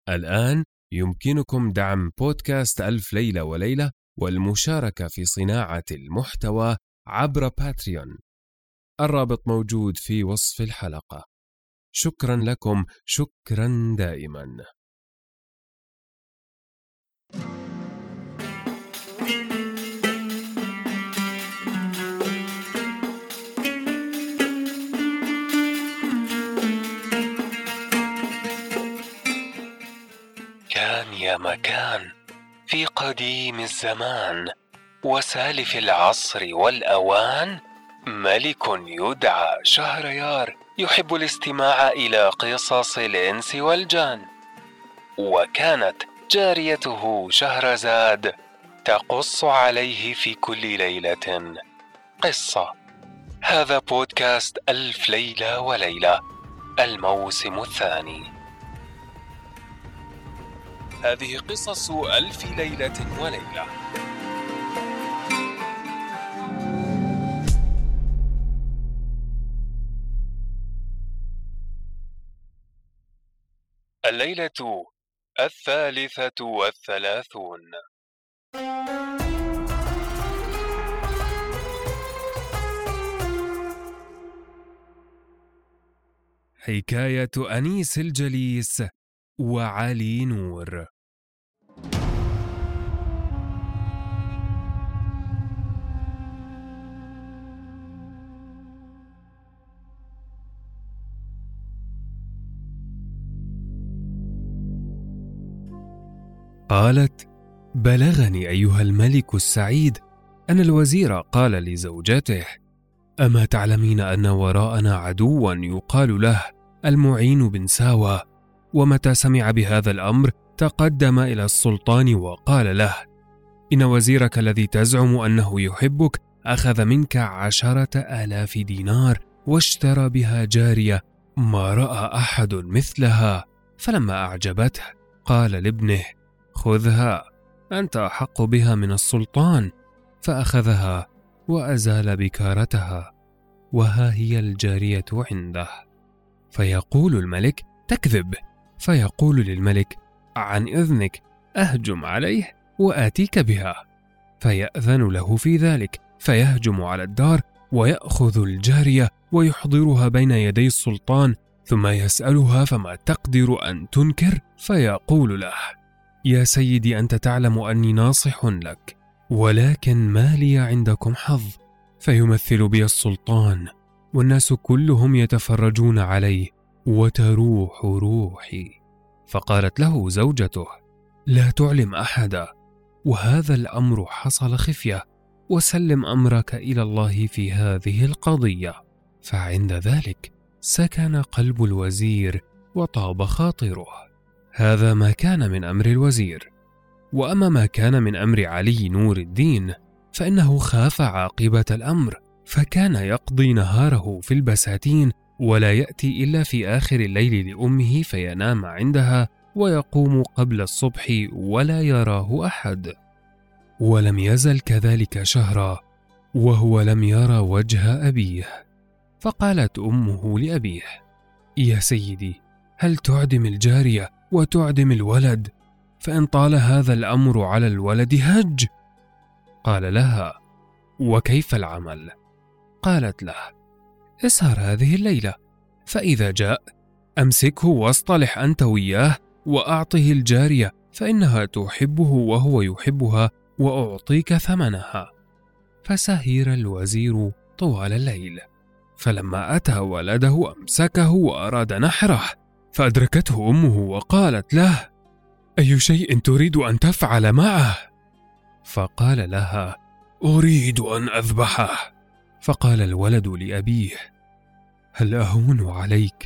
الآن يمكنكم دعم بودكاست ألف ليلة وليلة والمشاركة في صناعة المحتوى عبر باتريون. الرابط موجود في وصف الحلقة. شكرا لكم، شكرا دائما. كان يا مكان في قديم الزمان وسالف العصر والأوان ملك يدعى شهريار يحب الاستماع إلى قصص الإنس والجان، وكانت جاريته شهرزاد تقص عليه في كل ليلة قصة. هذا بودكاست ألف ليلة وليلة، الموسم الثاني. هذه قصص ألف ليلة وليلة. الليلة 33. حكاية أنيس الجليس وعلي نور. قالت: بلغني أيها الملك السعيد أن الوزير قال لزوجته: أما تعلمين أن وراءنا عدوا يقال له المعين بن ساوى؟ ومتى سمع بهذا الأمر تقدم إلى السلطان وقال له: إن وزيرك الذي تزعم أنه يحبك أخذ منك 10,000 دينار واشترى بها جارية ما رأى أحد مثلها، فلما أعجبته قال لابنه: خذها، أنت أحق بها من السلطان. فأخذها وأزال بكارتها، وها هي الجارية عنده. فيقول الملك: تكذب. فيقول للملك: عن إذنك أهجم عليه وآتيك بها. فيأذن له في ذلك، فيهجم على الدار ويأخذ الجارية ويحضرها بين يدي السلطان، ثم يسألها فما تقدر أن تنكر. فيقول له: يا سيدي، أنت تعلم أني ناصح لك، ولكن ما لي عندكم حظ. فيمثل بي السلطان والناس كلهم يتفرجون عليه وتروح روحي. فقالت له زوجته: لا تعلم أحدا، وهذا الأمر حصل خفية، وسلم أمرك إلى الله في هذه القضية. فعند ذلك سكن قلب الوزير وطاب خاطره. هذا ما كان من أمر الوزير. وأما ما كان من أمر علي نور الدين فإنه خاف عاقبة الأمر، فكان يقضي نهاره في البساتين، ولا يأتي إلا في آخر الليل لأمه فينام عندها، ويقوم قبل الصبح ولا يراه أحد. ولم يزل كذلك شهرا وهو لم يرى وجه أبيه. فقالت أمه لأبيه: يا سيدي، هل تعدم الجارية وتعدم الولد؟ فإن طال هذا الأمر على الولد هج. قال لها: وكيف العمل؟ قالت له: اسهر هذه الليلة، فإذا جاء أمسكه واصطلح أنت وياه، وأعطه الجارية فإنها تحبه وهو يحبها، وأعطيك ثمنها. فسهر الوزير طوال الليل، فلما أتى ولده أمسكه وأراد نحره، فأدركته أمه وقالت له: أي شيء تريد أن تفعل معه؟ فقال لها: أريد أن أذبحه. فقال الولد لأبيه: هل أهون عليك؟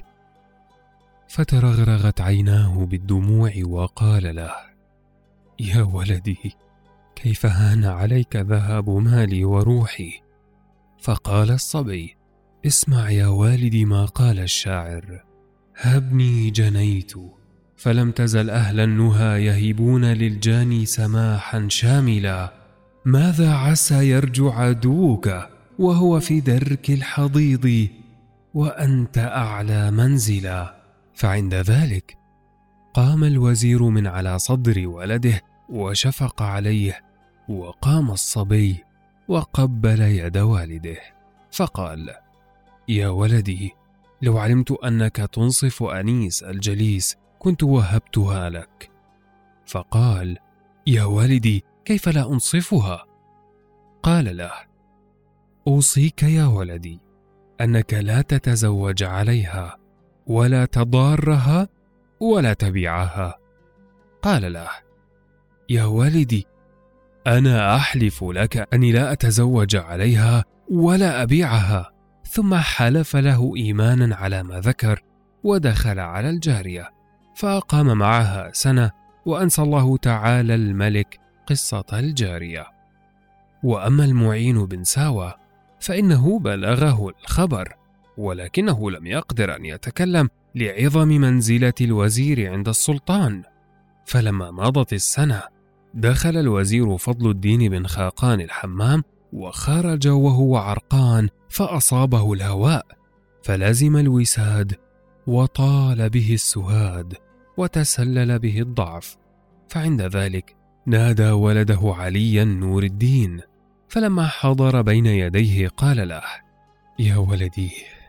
فترغرغت عيناه بالدموع وقال له: يا ولدي، كيف هان عليك ذهاب مالي وروحي؟ فقال الصبي: اسمع يا والدي ما قال الشاعر: هبني جنيت فلم تزل أهل النهى يهبون للجاني سماحا شاملا، ماذا عسى يرجو عدوك وهو في درك الحضيض وأنت أعلى منزلا. فعند ذلك قام الوزير من على صدر ولده وشفق عليه، وقام الصبي وقبل يد والده فقال: يا ولدي، لو علمت أنك تنصف أنيس الجليس كنت وهبتها لك. فقال: يا والدي، كيف لا أنصفها؟ قال له: أوصيك يا ولدي أنك لا تتزوج عليها ولا تضارها ولا تبيعها. قال له: يا والدي، أنا أحلف لك أني لا أتزوج عليها ولا أبيعها. ثم حلف له إيمانا على ما ذكر، ودخل على الجارية فأقام معها سنة، وأنسى الله تعالى الملك قصة الجارية. وأما المعين بن ساوى فإنه بلغه الخبر، ولكنه لم يقدر أن يتكلم لعظم منزلة الوزير عند السلطان. فلما مضت السنة دخل الوزير فضل الدين بن خاقان الحمام، وخرج وهو عرقان فأصابه الهواء، فلزم الوساد وطال به السهاد وتسلل به الضعف. فعند ذلك نادى ولده عليا نور الدين، فلما حضر بين يديه قال له: يا ولدي،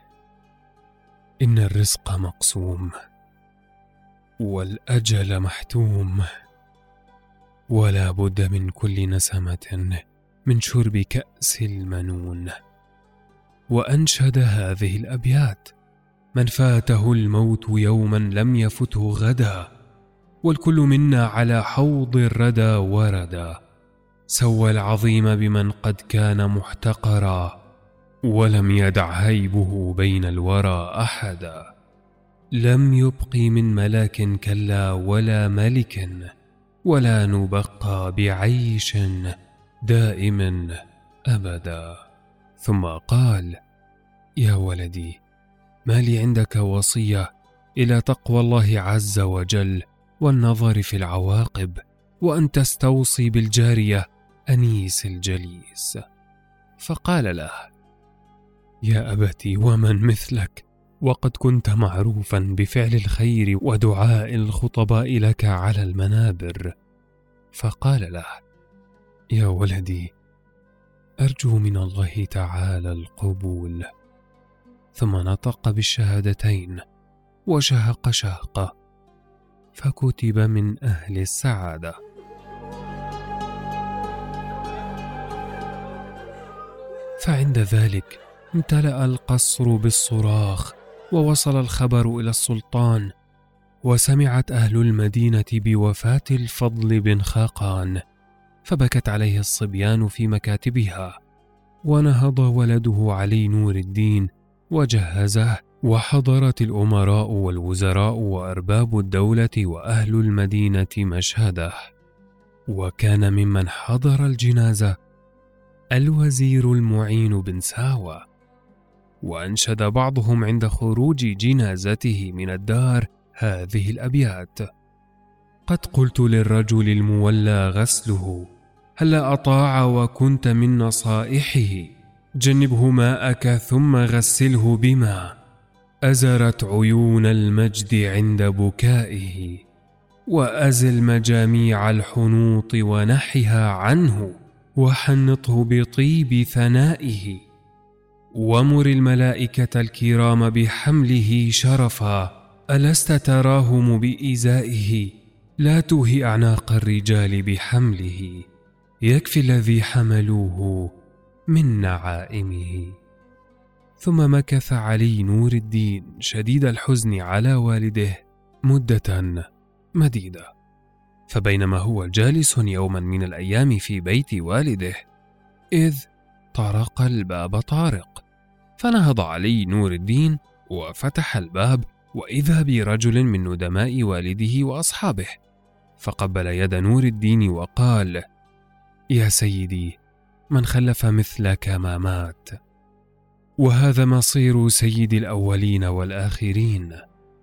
إن الرزق مقسوم والأجل محتوم، ولا بد من كل نسمة من شرب كأس المنون. وأنشد هذه الأبيات: من فاته الموت يوما لم يفته غدا، والكل منا على حوض الردى وردا. سوى العظيم بمن قد كان محتقرا، ولم يدع هيبه بين الورى أحدا. لم يبق من ملاك كلا ولا ملك، ولا نبقى بعيش دائم أبدا. ثم قال: يا ولدي، ما لي عندك وصية إلى تقوى الله عز وجل والنظر في العواقب، وأن تستوصي بالجارية أنيس الجليس. فقال له: يا أبتي، ومن مثلك، وقد كنت معروفا بفعل الخير ودعاء الخطباء لك على المنابر. فقال له: يا ولدي، أرجو من الله تعالى القبول. ثم نطق بالشهادتين وشهق شهقة، فكتب من أهل السعادة. فعند ذلك امتلأ القصر بالصراخ، ووصل الخبر إلى السلطان، وسمعت أهل المدينة بوفاة الفضل بن خاقان، فبكت عليه الصبيان في مكاتبها. ونهض ولده علي نور الدين وجهزه، وحضرت الأمراء والوزراء وأرباب الدولة وأهل المدينة مشهده. وكان ممن حضر الجنازة الوزير المعين بن ساوى. وأنشد بعضهم عند خروج جنازته من الدار هذه الأبيات: قد قلت للرجل المولى غسله، هلا أطاع وكنت من نصائحه، جنبه ماءك ثم غسله بما أزرت عيون المجد عند بكائه، وأزل مجاميع الحنوط ونحها عنه، وحنطه بطيب ثنائه، ومر الملائكة الكرام بحمله شرفا، ألست تراهم بإزائه، لا توهي أعناق الرجال بحمله، يكفي الذي حملوه من نعائمه. ثم مكث علي نور الدين شديد الحزن على والده مدة مديدة. فبينما هو جالس يوما من الأيام في بيت والده، إذ طرق الباب طارق، فنهض علي نور الدين وفتح الباب، وإذا برجل من ندماء والده وأصحابه، فقبل يد نور الدين وقال: يا سيدي، من خلف مثلك ما مات، وهذا مصير سيد الأولين والآخرين.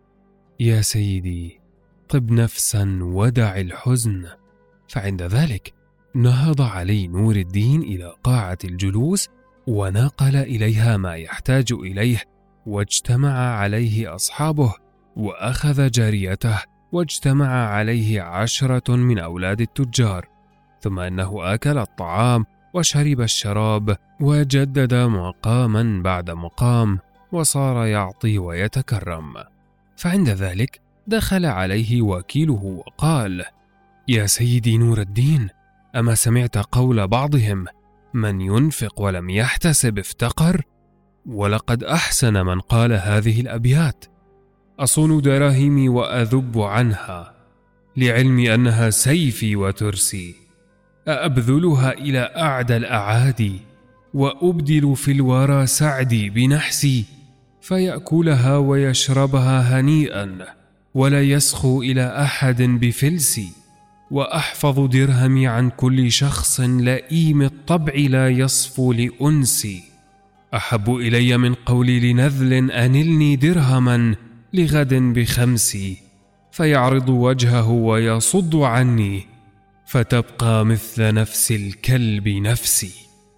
يا سيدي، طب نفسا ودع الحزن. فعند ذلك نهض علي نور الدين إلى قاعة الجلوس، ونقل إليها ما يحتاج إليه، واجتمع عليه أصحابه، وأخذ جاريته واجتمع عليه 10 من أولاد التجار، ثم أنه أكل الطعام وشرب الشراب وجدد مقاما بعد مقام، وصار يعطي ويتكرم. فعند ذلك دخل عليه وكيله وقال: يا سيدي نور الدين، أما سمعت قول بعضهم: من ينفق ولم يحتسب افتقر؟ ولقد أحسن من قال هذه الأبيات: أصون دراهمي وأذب عنها، لعلمي أنها سيفي وترسي، أأبذلها إلى أعدى الأعادي، وأبدل في الورى سعدي بنحسي، فيأكلها ويشربها هنيئا، ولا يسخو إلى أحد بفلسي، وأحفظ درهمي عن كل شخص لئيم الطبع لا يصفو لأنسي، أحب إلي من قولي لنذل أنلني درهما لغد بخمسي، فيعرض وجهه ويصد عني، فتبقى مثل نفس الكلب نفسي،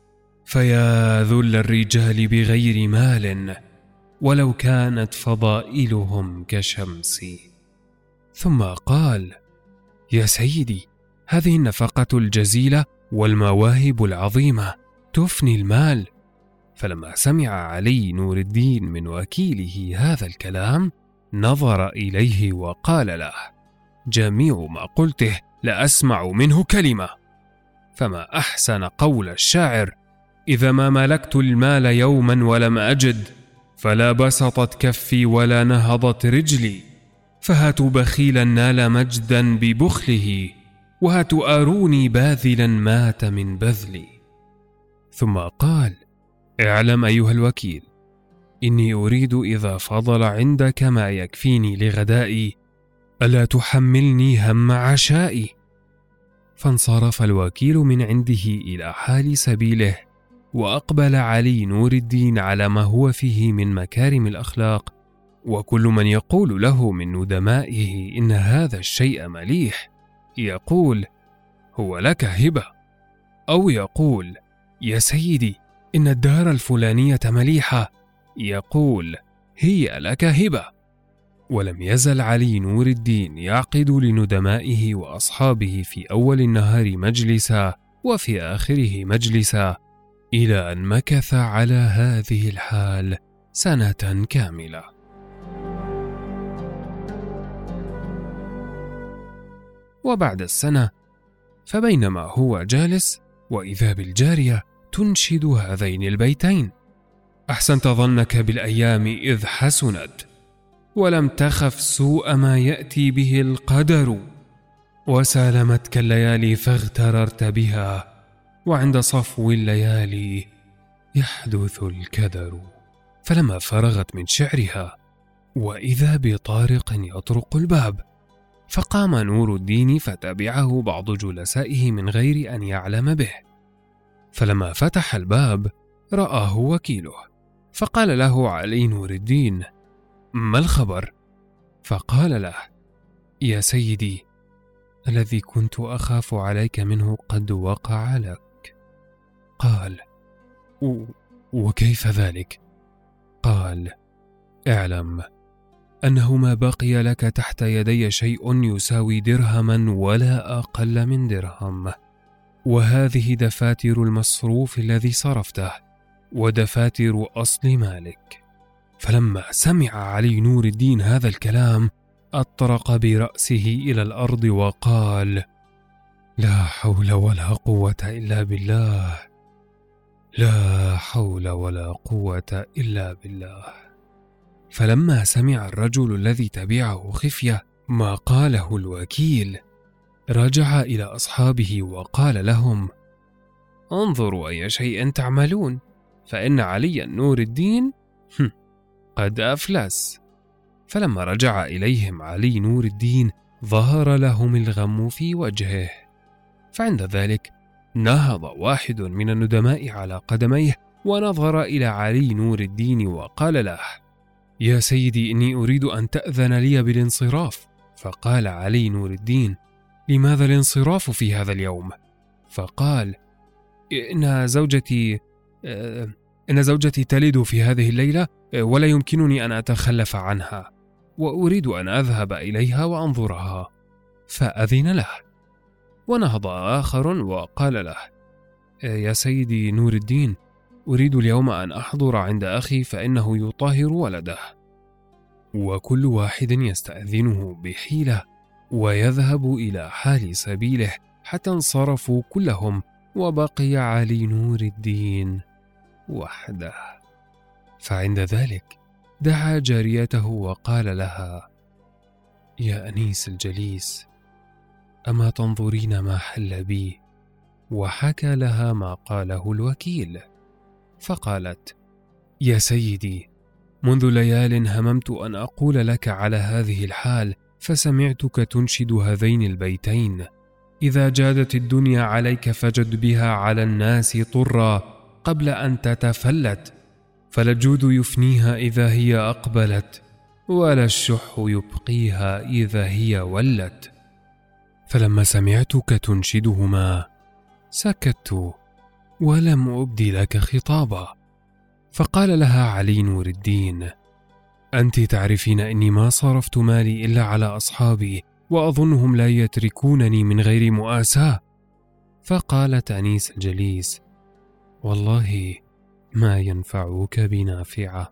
فيا ذل الرجال بغير مال، ولو كانت فضائلهم كشمسي. ثم قال: يا سيدي، هذه النفقة الجزيلة والمواهب العظيمة تفني المال. فلما سمع علي نور الدين من وكيله هذا الكلام نظر إليه وقال له: جميع ما قلته لأسمع منه كلمة. فما أحسن قول الشاعر: إذا ما ملكت المال يوما ولم أجد، فلا بسطت كفي ولا نهضت رجلي، فهاتوا بخيلا نال مجدا ببخله، وهاتوا آروني باذلا مات من بذلي. ثم قال: اعلم أيها الوكيل، إني أريد إذا فضل عندك ما يكفيني لغدائي ألا تحملني هم عشائي. فانصرف الوكيل من عنده إلى حال سبيله، وأقبل علي نور الدين على ما هو فيه من مكارم الأخلاق، وكل من يقول له من ندمائه إن هذا الشيء مليح يقول: هو لك هبة، أو يقول: يا سيدي إن الدار الفلانية مليحة، يقول: هي لك هبة. ولم يزل علي نور الدين يعقد لندمائه وأصحابه في أول النهار مجلسا وفي آخره مجلسا، إلى أن مكث على هذه الحال 1 كاملة. وبعد 1 فبينما هو جالس وإذا بالجارية تنشد هذين البيتين: أحسنت ظنك بالأيام إذ حسنت، ولم تخف سوء ما يأتي به القدر، وسالمتك الليالي فاغتررت بها، وعند صفو الليالي يحدث الكدر. فلما فرغت من شعرها وإذا بطارق يطرق الباب، فقام نور الدين فتبعه بعض جلسائه من غير أن يعلم به. فلما فتح الباب رآه وكيله، فقال له علي نور الدين: ما الخبر؟ فقال له: يا سيدي، الذي كنت أخاف عليك منه قد وقع لك. قال: وكيف ذلك؟ قال: اعلم أنه ما بقي لك تحت يدي شيء يساوي درهما ولا أقل من درهم، وهذه دفاتر المصروف الذي صرفته ودفاتر أصل مالك. فلما سمع علي نور الدين هذا الكلام أطرق برأسه إلى الأرض وقال: لا حول ولا قوة إلا بالله، لا حول ولا قوة إلا بالله. فلما سمع الرجل الذي تبعه خفية ما قاله الوكيل، رجع إلى أصحابه وقال لهم: انظروا أي شيء تعملون، فإن علي نور الدين قد أفلس. فلما رجع إليهم علي نور الدين ظهر لهم الغم في وجهه. فعند ذلك نهض واحد من الندماء على قدميه ونظر إلى علي نور الدين وقال له: يا سيدي، إني أريد أن تأذن لي بالانصراف. فقال علي نور الدين: لماذا الانصراف في هذا اليوم؟ فقال: إن زوجتي تلد في هذه الليلة، ولا يمكنني أن أتخلف عنها، وأريد أن أذهب إليها وأنظرها. فأذن له. ونهض آخر وقال له: يا سيدي نور الدين، أريد اليوم أن أحضر عند أخي فإنه يطهر ولده. وكل واحد يستأذنه بحيلة ويذهب إلى حال سبيله حتى انصرفوا كلهم، وبقي علي نور الدين وحده. فعند ذلك دعا جاريته وقال لها: يا أنيس الجليس، أما تنظرين ما حل بي؟ وحكى لها ما قاله الوكيل. فقالت: يا سيدي، منذ ليال هممت أن أقول لك على هذه الحال، فسمعتك تنشد هذين البيتين: إذا جادت الدنيا عليك فجد بها على الناس طرا قبل أن تتفلت، فلا الجود يفنيها إذا هي أقبلت، ولا الشح يبقيها إذا هي ولت. فلما سمعتك تنشدهما سكت ولم أبدي لك خطابا. فقال لها علي نور الدين: أنت تعرفين أني ما صرفت مالي إلا على أصحابي، وأظنهم لا يتركونني من غير مؤاساة. فقالت أنيس الجليس: والله ما ينفعك بنافعة.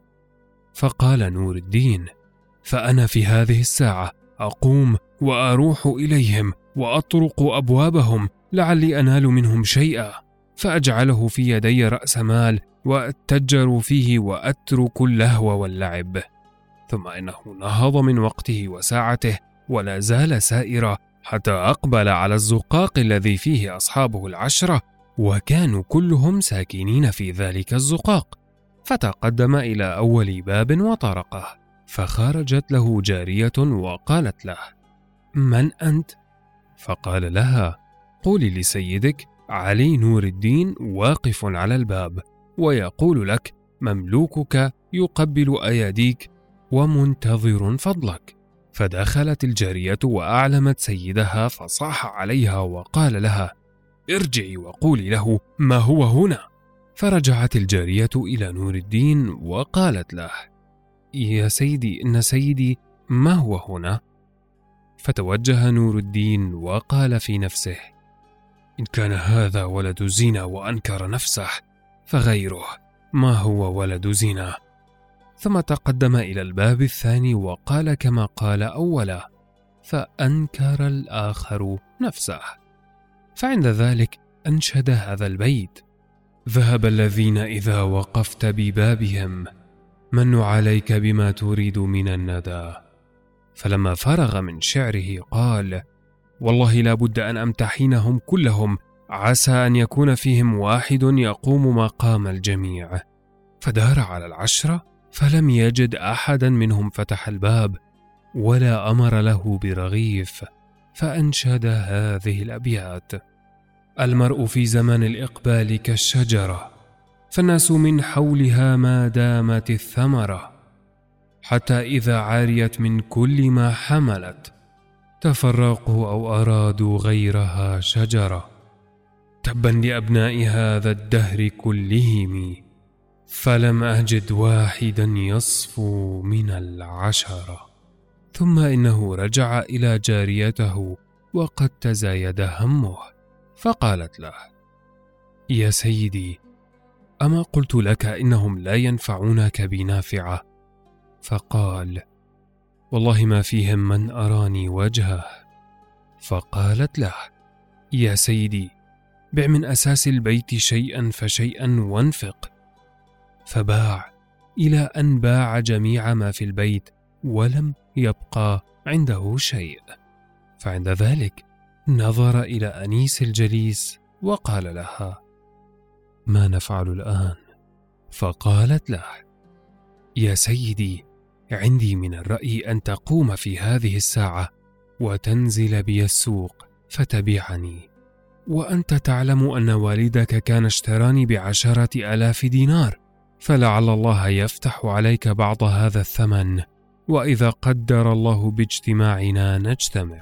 فقال نور الدين: فأنا في هذه الساعة أقوم وأروح إليهم وأطرق أبوابهم لعلي أنال منهم شيئا، فأجعله في يدي رأس مال وأتجر فيه وأترك اللهو واللعب. ثم إنه نهض من وقته وساعته ولا زال سائرا حتى أقبل على الزقاق الذي فيه أصحابه العشرة، وكانوا كلهم ساكنين في ذلك الزقاق. فتقدم إلى أول باب وطرقه، فخرجت له جارية وقالت له: من أنت؟ فقال لها: قولي لسيدك علي نور الدين واقف على الباب، ويقول لك مملوكك يقبل أيديك ومنتظر فضلك. فدخلت الجارية وأعلمت سيدها، فصاح عليها وقال لها: ارجعي وقولي له ما هو هنا. فرجعت الجارية إلى نور الدين وقالت له: يا سيدي، إن سيدي ما هو هنا؟ فتوجه نور الدين وقال في نفسه: إن كان هذا ولد زنا وأنكر نفسه، فغيره ما هو ولد زنا. ثم تقدم إلى الباب الثاني وقال كما قال أولا، فأنكر الآخر نفسه. فعند ذلك أنشد هذا البيت: ذهب الذين إذا وقفت ببابهم منوا عليك بما تريد من الندى. فلما فرغ من شعره قال: والله لا بد أن أمتحنهم كلهم، عسى أن يكون فيهم واحد يقوم مقام الجميع. فدار على العشرة فلم يجد أحدا منهم فتح الباب ولا أمر له برغيف، فأنشد هذه الأبيات: المرء في زمن الإقبال كالشجرة، فالناس من حولها ما دامت الثمرة، حتى إذا عاريت من كل ما حملت، تفرقوا أو أرادوا غيرها شجرة. تبا لأبناء هذا الدهر كلهم، فلم أجد واحدا يصفو من العشرة. ثم إنه رجع إلى جاريته وقد تزايد همه، فقالت له: يا سيدي، أما قلت لك إنهم لا ينفعونك بنافعة؟ فقال: والله ما فيهم من أراني وجهه. فقالت له: يا سيدي، بع من أساس البيت شيئا فشيئا وانفق. فباع إلى أن باع جميع ما في البيت ولم يبقى عنده شيء. فعند ذلك نظر إلى أنيس الجليس وقال لها: ما نفعل الآن؟ فقالت له: يا سيدي، عندي من الرأي أن تقوم في هذه الساعة وتنزل بي السوق فتبيعني، وأنت تعلم أن والدك كان اشتراني ب10,000 دينار، فلعل الله يفتح عليك بعض هذا الثمن، وإذا قدر الله باجتماعنا نجتمع.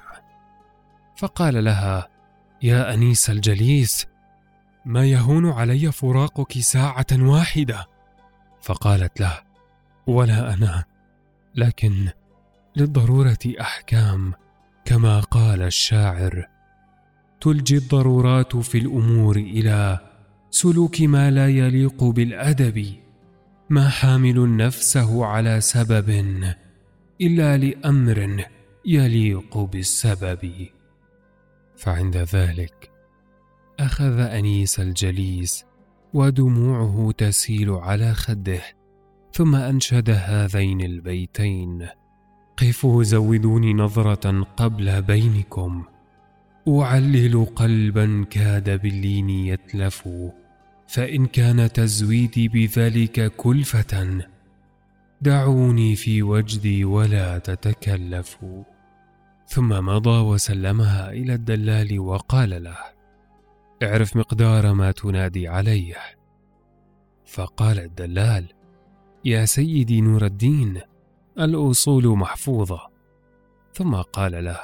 فقال لها: يا أنيس الجليس، ما يهون علي فراقك ساعة واحدة. فقالت له: ولا أنا، لكن للضرورة أحكام، كما قال الشاعر: تلجي الضرورات في الأمور إلى سلوك ما لا يليق بالأدب، ما حامل نفسه على سبب إلا لأمر يليق بالسبب. فعند ذلك أخذ أنيس الجليس ودموعه تسيل على خده، ثم أنشد هذين البيتين: قفوا زودوني نظرة قبل بينكم، أعلل قلبا كاد باللين يتلف، فإن كان تزويدي بذلك كلفة، دعوني في وجدي ولا تتكلفوا. ثم مضى وسلمها إلى الدلال وقال له: اعرف مقدار ما تنادي عليه. فقال الدلال: يا سيدي نور الدين، الأصول محفوظة. ثم قال له: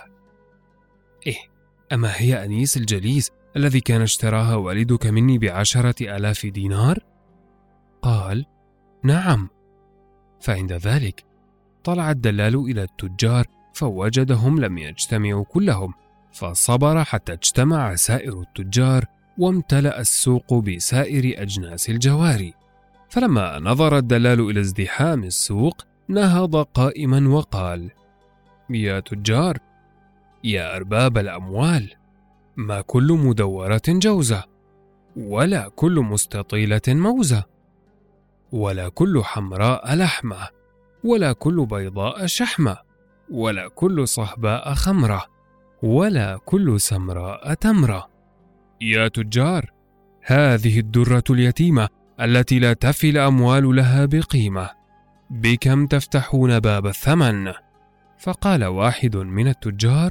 أما هي أنيس الجليس الذي كان اشتراها والدك مني ب10,000 دينار؟ قال: نعم. فعند ذلك طلع الدلال إلى التجار فوجدهم لم يجتمعوا كلهم، فصبر حتى اجتمع سائر التجار وامتلأ السوق بسائر أجناس الجواري. فلما نظر الدلال إلى ازدحام السوق نهض قائما وقال: يا تجار، يا أرباب الأموال، ما كل مدورة جوزة، ولا كل مستطيلة موزة، ولا كل حمراء لحمة، ولا كل بيضاء شحمة، ولا كل صهباء خمرة، ولا كل سمراء تمرة. يا تجار، هذه الدرة اليتيمة التي لا تفي الأموال لها بقيمة، بكم تفتحون باب الثمن؟ فقال واحد من التجار: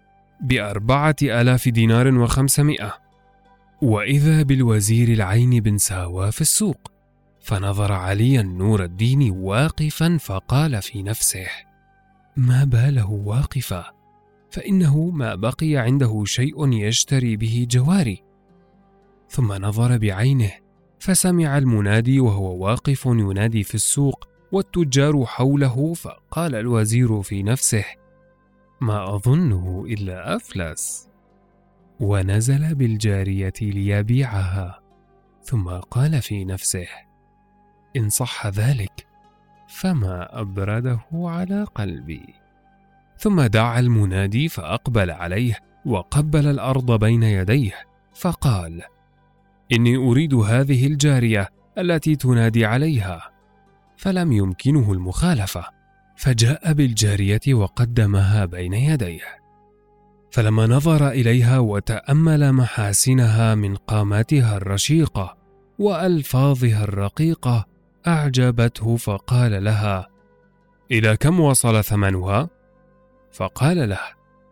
ب4,000 دينار و500. وإذا بالوزير العين بن ساوى في السوق، فنظر عليا نور الدين واقفا فقال في نفسه: ما باله واقفا، فإنه ما بقي عنده شيء يشتري به جواري. ثم نظر بعينه فسمع المنادي وهو واقف ينادي في السوق والتجار حوله، فقال الوزير في نفسه: ما أظنه إلا أفلس. ونزل بالجارية ليبيعها، ثم قال في نفسه: إن صح ذلك فما أبرده على قلبي. ثم دعا المنادي فأقبل عليه وقبل الأرض بين يديه، فقال: إني أريد هذه الجارية التي تنادي عليها. فلم يمكنه المخالفة، فجاء بالجارية وقدمها بين يديه. فلما نظر إليها وتأمل محاسنها من قاماتها الرشيقة وألفاظها الرقيقة أعجبته، فقال لها: إلى كم وصل ثمنها؟ فقال له: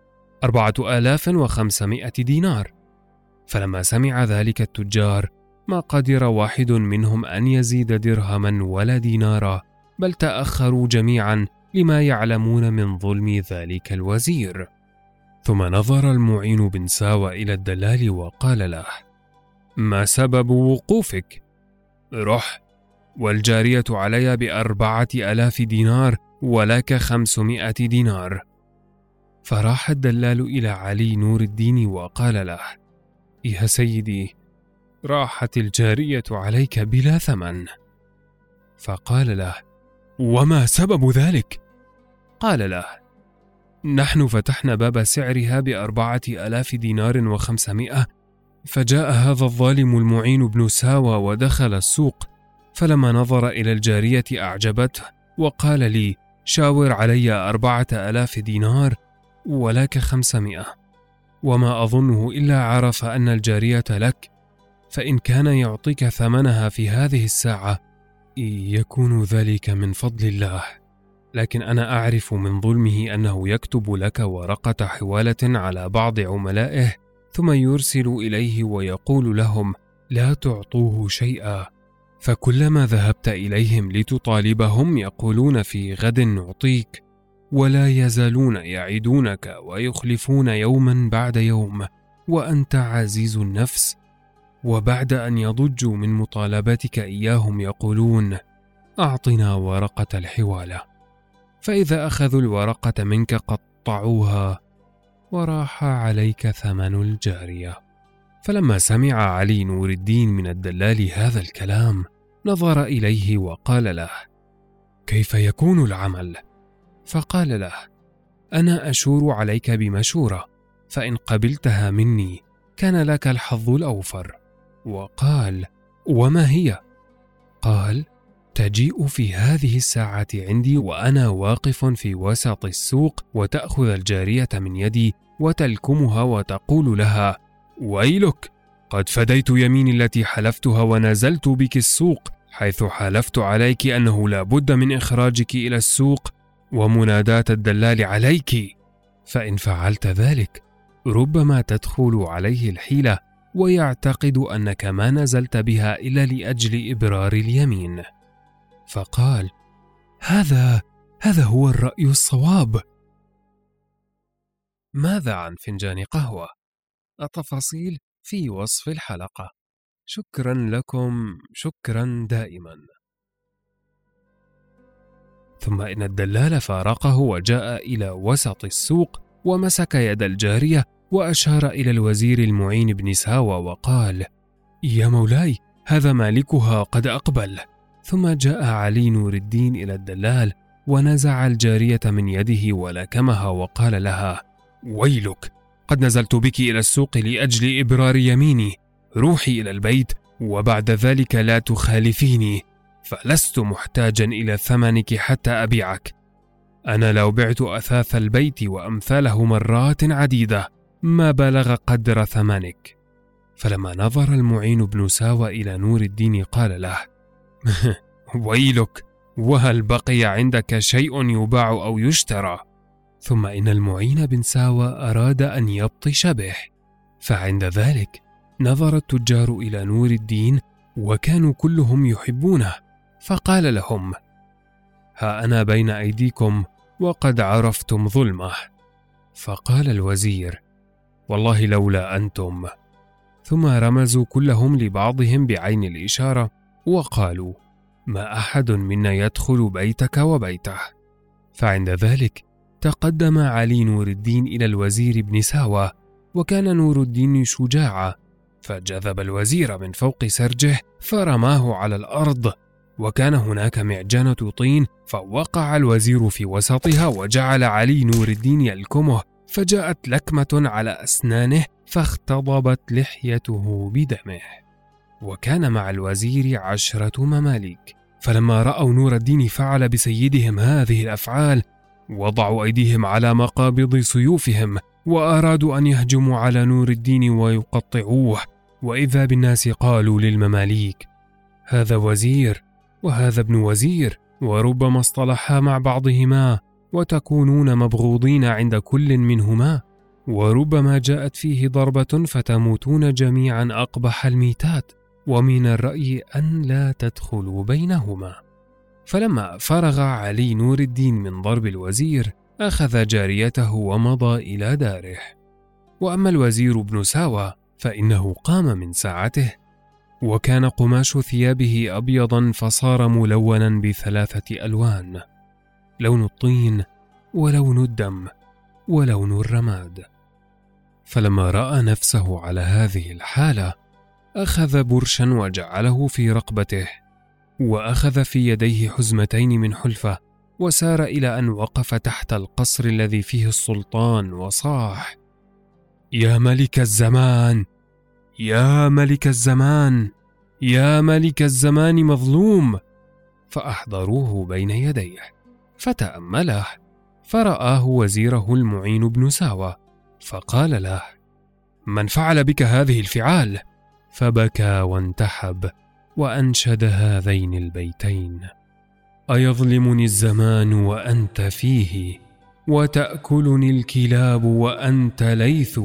4,500 دينار. فلما سمع ذلك التجار ما قدر واحد منهم أن يزيد درهما ولا دينارا، بل تأخروا جميعا لما يعلمون من ظلم ذلك الوزير. ثم نظر المعين بن ساوى إلى الدلال وقال له: ما سبب وقوفك؟ رح، والجارية علي ب4,000 دينار ولك 500 دينار. فراح الدلال إلى علي نور الدين وقال له: يا سيدي، راحت الجارية عليك بلا ثمن. فقال له: وما سبب ذلك؟ قال له: نحن فتحنا باب سعرها ب4,000 دينار و500، فجاء هذا الظالم المعين بن ساوى ودخل السوق، فلما نظر إلى الجارية أعجبته وقال لي: شاور علي 4,000 دينار ولك 500، وما أظنه إلا عرف أن الجارية لك، فإن كان يعطيك ثمنها في هذه الساعة يكون ذلك من فضل الله، لكن أنا أعرف من ظلمه أنه يكتب لك ورقة حوالة على بعض عملائه، ثم يرسل إليه ويقول لهم: لا تعطوه شيئا، فكلما ذهبت إليهم لتطالبهم يقولون في غد نعطيك، ولا يزالون يعدونك ويخلفون يوما بعد يوم، وأنت عزيز النفس، وبعد أن يضجوا من مطالبتك إياهم يقولون: أعطنا ورقة الحوالة. فإذا أخذوا الورقة منك قطعوها، وراح عليك ثمن الجارية. فلما سمع علي نور الدين من الدلال هذا الكلام نظر إليه وقال له: كيف يكون العمل؟ فقال له: أنا أشور عليك بمشورة، فإن قبلتها مني كان لك الحظ الأوفر. وقال: وما هي؟ قال: تجيء في هذه الساعة عندي وأنا واقف في وسط السوق، وتأخذ الجارية من يدي وتلكمها وتقول لها: ويلك، قد فديت يميني التي حلفتها ونزلت بك السوق، حيث حلفت عليك أنه لا بد من إخراجك إلى السوق ومناداة الدلال عليك. فإن فعلت ذلك ربما تدخل عليه الحيلة ويعتقد أنك ما نزلت بها إلا لأجل إبرار اليمين. فقال: هذا هو الرأي الصواب. ماذا عن فنجان قهوة؟ التفاصيل في وصف الحلقة. شكرا لكم، شكرا دائما. ثم إن الدلال فارقه وجاء إلى وسط السوق ومسك يد الجارية وأشار إلى الوزير المعين بن ساوى وقال: يا مولاي، هذا مالكها قد أقبل. ثم جاء علي نور الدين إلى الدلال ونزع الجارية من يده ولكمها وقال لها: ويلك، قد نزلت بك إلى السوق لأجل إبرار يميني، روحي إلى البيت وبعد ذلك لا تخالفيني، فلست محتاجا إلى ثمنك حتى أبيعك. أنا لو بعت أثاث البيت وأمثاله مرات عديدة ما بلغ قدر ثمنك. فلما نظر المعين بن ساوى إلى نور الدين قال له: ويلك، وهل بقي عندك شيء يباع أو يشترى؟ ثم إن المعين بن ساوى أراد أن يبطش به، فعند ذلك نظر التجار إلى نور الدين وكانوا كلهم يحبونه، فقال لهم: ها أنا بين أيديكم وقد عرفتم ظلمه. فقال الوزير: والله لولا أنتم. ثم رمزوا كلهم لبعضهم بعين الإشارة وقالوا: ما أحد منا يدخل بيتك وبيته. فعند ذلك تقدم علي نور الدين إلى الوزير بن ساوى، وكان نور الدين شجاعا، فجذب الوزير من فوق سرجه فرماه على الأرض، وكان هناك معجنة طين، فوقع الوزير في وسطها وجعل علي نور الدين يلكمه، فجاءت لكمة على أسنانه فاختضبت لحيته بدمه. وكان مع الوزير 10 مماليك، فلما رأوا نور الدين فعل بسيدهم هذه الأفعال وضعوا أيديهم على مقابض سيوفهم وأرادوا أن يهجموا على نور الدين ويقطعوه، وإذا بالناس قالوا للمماليك: هذا وزير وهذا ابن وزير، وربما اصطلحا مع بعضهما وتكونون مبغوضين عند كل منهما، وربما جاءت فيه ضربة فتموتون جميعا أقبح الميتات، ومن الرأي أن لا تدخلوا بينهما. فلما فرغ علي نور الدين من ضرب الوزير أخذ جاريته ومضى إلى داره. وأما الوزير ابن ساوى فإنه قام من ساعته، وكان قماش ثيابه أبيضا فصار ملونا ب3 ألوان: لون الطين ولون الدم ولون الرماد. فلما رأى نفسه على هذه الحالة أخذ برشا وجعله في رقبته، وأخذ في يديه حزمتين من حلفة، وسار إلى أن وقف تحت القصر الذي فيه السلطان وصاح: يا ملك الزمان، يا ملك الزمان، يا ملك الزمان مظلوم. فأحضروه بين يديه فتأمله، فرآه وزيره المعين بن ساوى، فقال له: من فعل بك هذه الفعال؟ فبكى وانتحب وأنشد هذين البيتين: أيظلمني الزمان وأنت فيه، وتأكلني الكلاب وأنت ليث،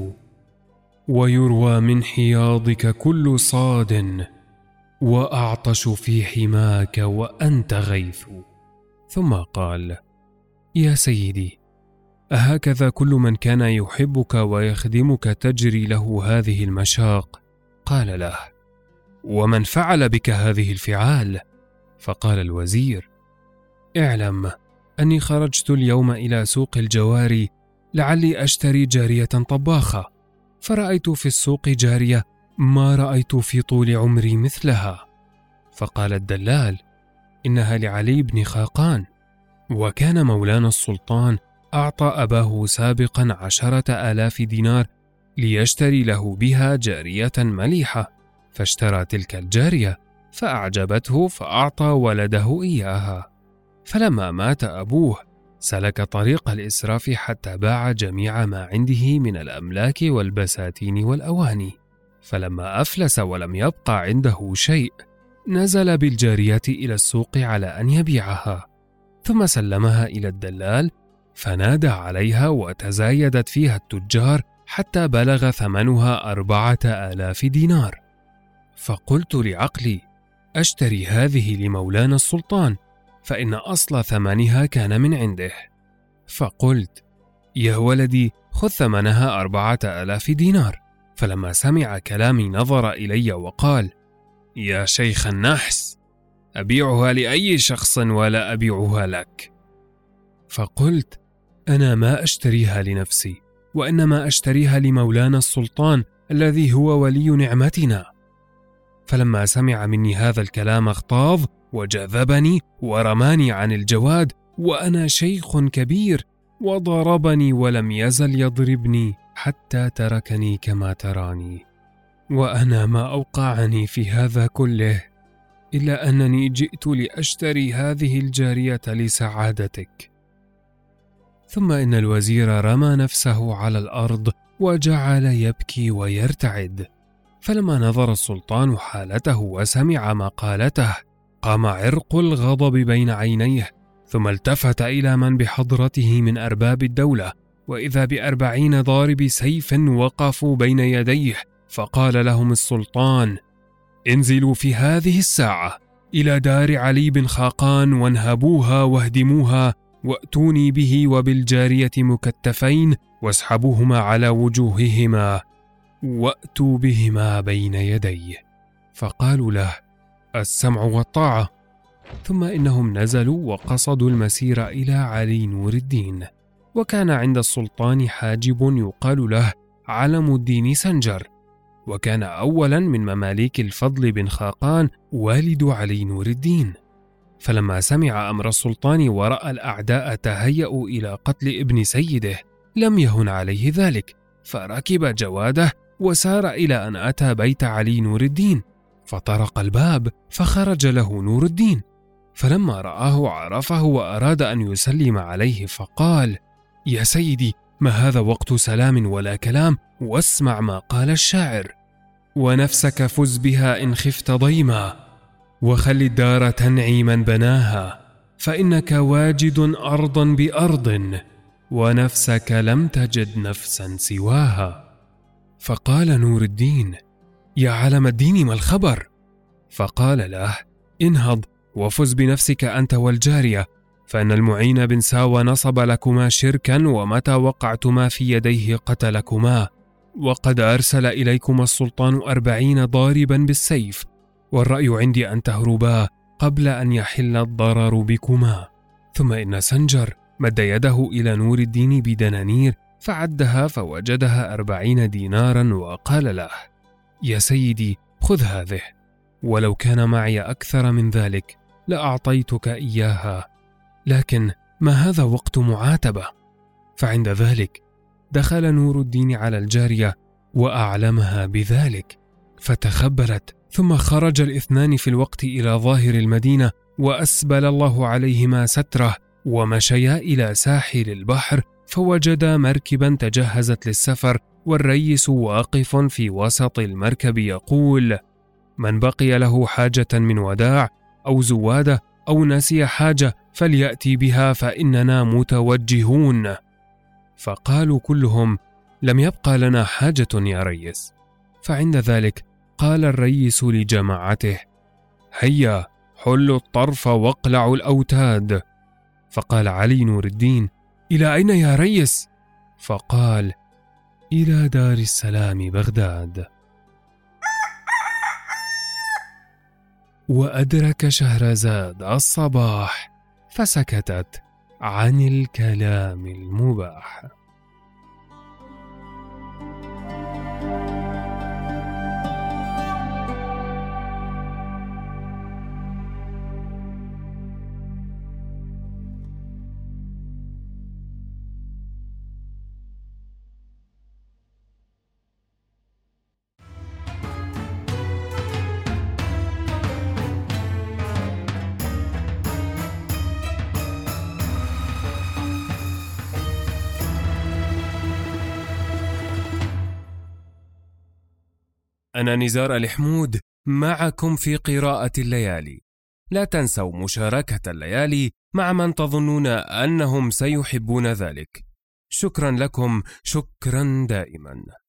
ويروى من حياضك كل صاد، وأعطش في حماك وأنت غيث. ثم قال: يا سيدي، أهكذا كل من كان يحبك ويخدمك تجري له هذه المشاق؟ قال له: ومن فعل بك هذه الفعال؟ فقال الوزير: اعلم أني خرجت اليوم إلى سوق الجواري لعلي أشتري جارية طباخة، فرأيت في السوق جارية ما رأيت في طول عمري مثلها. فقال الدلال: إنها لعلي بن خاقان. وكان مولانا السلطان أعطى أباه سابقا 10,000 دينار ليشتري له بها جارية مليحة، فاشترى تلك الجارية فأعجبته فأعطى ولده إياها. فلما مات أبوه سلك طريق الإسراف حتى باع جميع ما عنده من الأملاك والبساتين والأواني، فلما أفلس ولم يبقى عنده شيء نزل بالجارية إلى السوق على أن يبيعها، ثم سلمها إلى الدلال فنادى عليها وتزايدت فيها التجار حتى بلغ ثمنها 4,000 دينار. فقلت لعقلي: أشتري هذه لمولانا السلطان، فإن أصل ثمنها كان من عنده. فقلت: يا ولدي خذ ثمنها 4,000 دينار. فلما سمع كلامي نظر إلي وقال: يا شيخ النحس، أبيعها لأي شخص ولا أبيعها لك. فقلت: أنا ما أشتريها لنفسي، وإنما أشتريها لمولانا السلطان الذي هو ولي نعمتنا. فلما سمع مني هذا الكلام اغتاظ وجذبني ورماني عن الجواد وأنا شيخ كبير، وضربني ولم يزل يضربني حتى تركني كما تراني. وأنا ما أوقعني في هذا كله إلا أنني جئت لأشتري هذه الجارية لسعادتك. ثم إن الوزير رمى نفسه على الأرض وجعل يبكي ويرتعد. فلما نظر السلطان حالته وسمع مقالته قام عرق الغضب بين عينيه، ثم التفت إلى من بحضرته من أرباب الدولة، وإذا ب40 ضارب سيف وقفوا بين يديه، فقال لهم السلطان: انزلوا في هذه الساعة إلى دار علي بن خاقان وانهبوها واهدموها، وأتوني به وبالجارية مكتفين، واسحبوهما على وجوههما وأتوا بهما بين يديه. فقالوا له: السمع والطاعة. ثم إنهم نزلوا وقصدوا المسير إلى علي نور الدين، وكان عند السلطان حاجب يقال له علم الدين سنجر، وكان أولا من مماليك الفضل بن خاقان والد علي نور الدين. فلما سمع أمر السلطان ورأى الأعداء تهيأوا إلى قتل ابن سيده لم يهن عليه ذلك، فركب جواده وسار إلى أن أتى بيت علي نور الدين، فطرق الباب فخرج له نور الدين، فلما رآه عرفه وأراد أن يسلم عليه، فقال: يا سيدي، ما هذا وقت سلام ولا كلام، واسمع ما قال الشاعر: ونفسك فز بها إن خفت ضيما، وخل الدار تنعي من بناها، فإنك واجد أرضا بأرض، ونفسك لم تجد نفسا سواها. فقال نور الدين: يا علم الدين، ما الخبر؟ فقال له: انهض وفز بنفسك أنت والجارية، فإن المعين بن ساوى نصب لكما شركا، ومتى وقعتما في يديه قتلكما، وقد أرسل إليكما السلطان 40 ضاربا بالسيف، والرأي عندي أن تهربا قبل أن يحل الضرر بكما. ثم إن سنجر مد يده إلى نور الدين بدنانير فعدها فوجدها 40 دينارا، وقال له: يا سيدي، خذ هذه، ولو كان معي أكثر من ذلك لأعطيتك إياها، لكن ما هذا وقت معاتبة. فعند ذلك دخل نور الدين على الجارية وأعلمها بذلك، فتخبلت، ثم خرج الاثنان في الوقت إلى ظاهر المدينة، وأسبل الله عليهما ستره، ومشيا إلى ساحل البحر، فوجدا مركبا تجهزت للسفر، والريس واقف في وسط المركب يقول: من بقي له حاجة من وداع أو زوادة أو نسي حاجة فليأتي بها، فإننا متوجهون. فقالوا كلهم: لم يبقى لنا حاجة يا ريس. فعند ذلك قال الريس لجماعته: هيا حلوا الطرف واقلعوا الأوتاد. فقال علي نور الدين: إلى أين يا ريس؟ فقال: إلى دار السلام بغداد. وأدرك شهرزاد الصباح فسكتت، عن الكلام المباح. أنا نزار الحمود معكم في قراءة الليالي. لا تنسوا مشاركة الليالي مع من تظنون أنهم سيحبون ذلك. شكرا لكم، شكرا دائما.